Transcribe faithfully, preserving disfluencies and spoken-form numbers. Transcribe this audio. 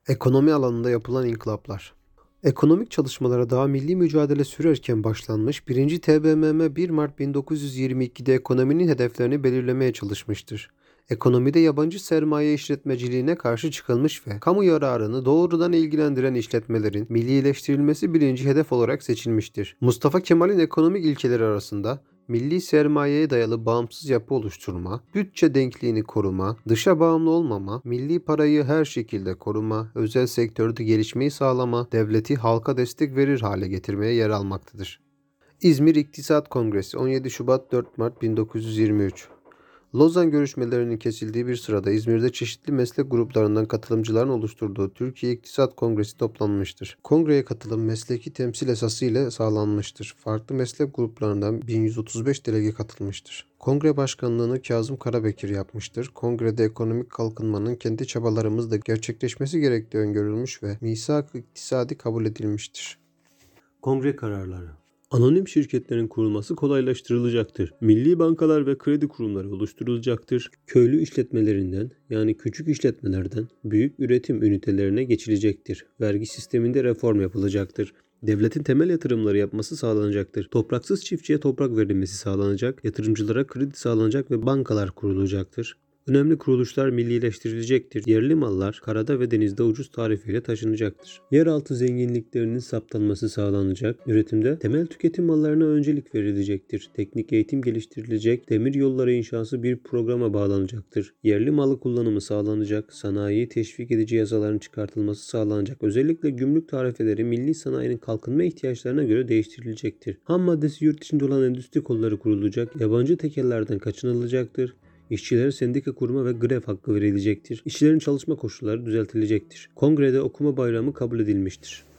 Ekonomi alanında yapılan inkılaplar. Ekonomik çalışmalara daha milli mücadele sürerken başlanmış, birinci. T B M M bir Mart bin dokuz yüz yirmi ikide ekonominin hedeflerini belirlemeye çalışmıştır. Ekonomide yabancı sermaye işletmeciliğine karşı çıkılmış ve kamu yararını doğrudan ilgilendiren işletmelerin millileştirilmesi birinci hedef olarak seçilmiştir. Mustafa Kemal'in ekonomik ilkeleri arasında milli sermayeye dayalı bağımsız yapı oluşturma, bütçe denkliğini koruma, dışa bağımlı olmama, milli parayı her şekilde koruma, özel sektörde gelişmeyi sağlama, devleti halka destek verir hale getirmeye yer almaktadır. İzmir İktisat Kongresi on yedi Şubat dört Mart bin dokuz yüz yirmi üç. Lozan görüşmelerinin kesildiği bir sırada İzmir'de çeşitli meslek gruplarından katılımcıların oluşturduğu Türkiye İktisat Kongresi toplanmıştır. Kongreye katılım mesleki temsil esası ile sağlanmıştır. Farklı meslek gruplarından bin yüz otuz beş delege katılmıştır. Kongre başkanlığını Kazım Karabekir yapmıştır. Kongrede ekonomik kalkınmanın kendi çabalarımızla gerçekleşmesi gerektiği öngörülmüş ve misak-ı iktisadi kabul edilmiştir. Kongre kararları. Anonim şirketlerin kurulması kolaylaştırılacaktır. Milli bankalar ve kredi kurumları oluşturulacaktır. Köylü işletmelerinden yani küçük işletmelerden büyük üretim ünitelerine geçilecektir. Vergi sisteminde reform yapılacaktır. Devletin temel yatırımları yapması sağlanacaktır. Topraksız çiftçiye toprak verilmesi sağlanacak, yatırımcılara kredi sağlanacak ve bankalar kurulacaktır. Önemli kuruluşlar millileştirilecektir. Yerli mallar karada ve denizde ucuz tarifeyle taşınacaktır. Yeraltı zenginliklerinin saptanması sağlanacak. Üretimde temel tüketim mallarına öncelik verilecektir. Teknik eğitim geliştirilecek. Demir yolları inşası bir programa bağlanacaktır. Yerli malı kullanımı sağlanacak. Sanayiyi teşvik edici yasaların çıkartılması sağlanacak. Özellikle gümrük tarifeleri milli sanayinin kalkınma ihtiyaçlarına göre değiştirilecektir. Ham maddesi yurt içinde olan endüstri kolları kurulacak. Yabancı tekellerden kaçınılacaktır. İşçilere sendika kurma ve grev hakkı verilecektir. İşçilerin çalışma koşulları düzeltilecektir. Kongrede okuma bayramı kabul edilmiştir.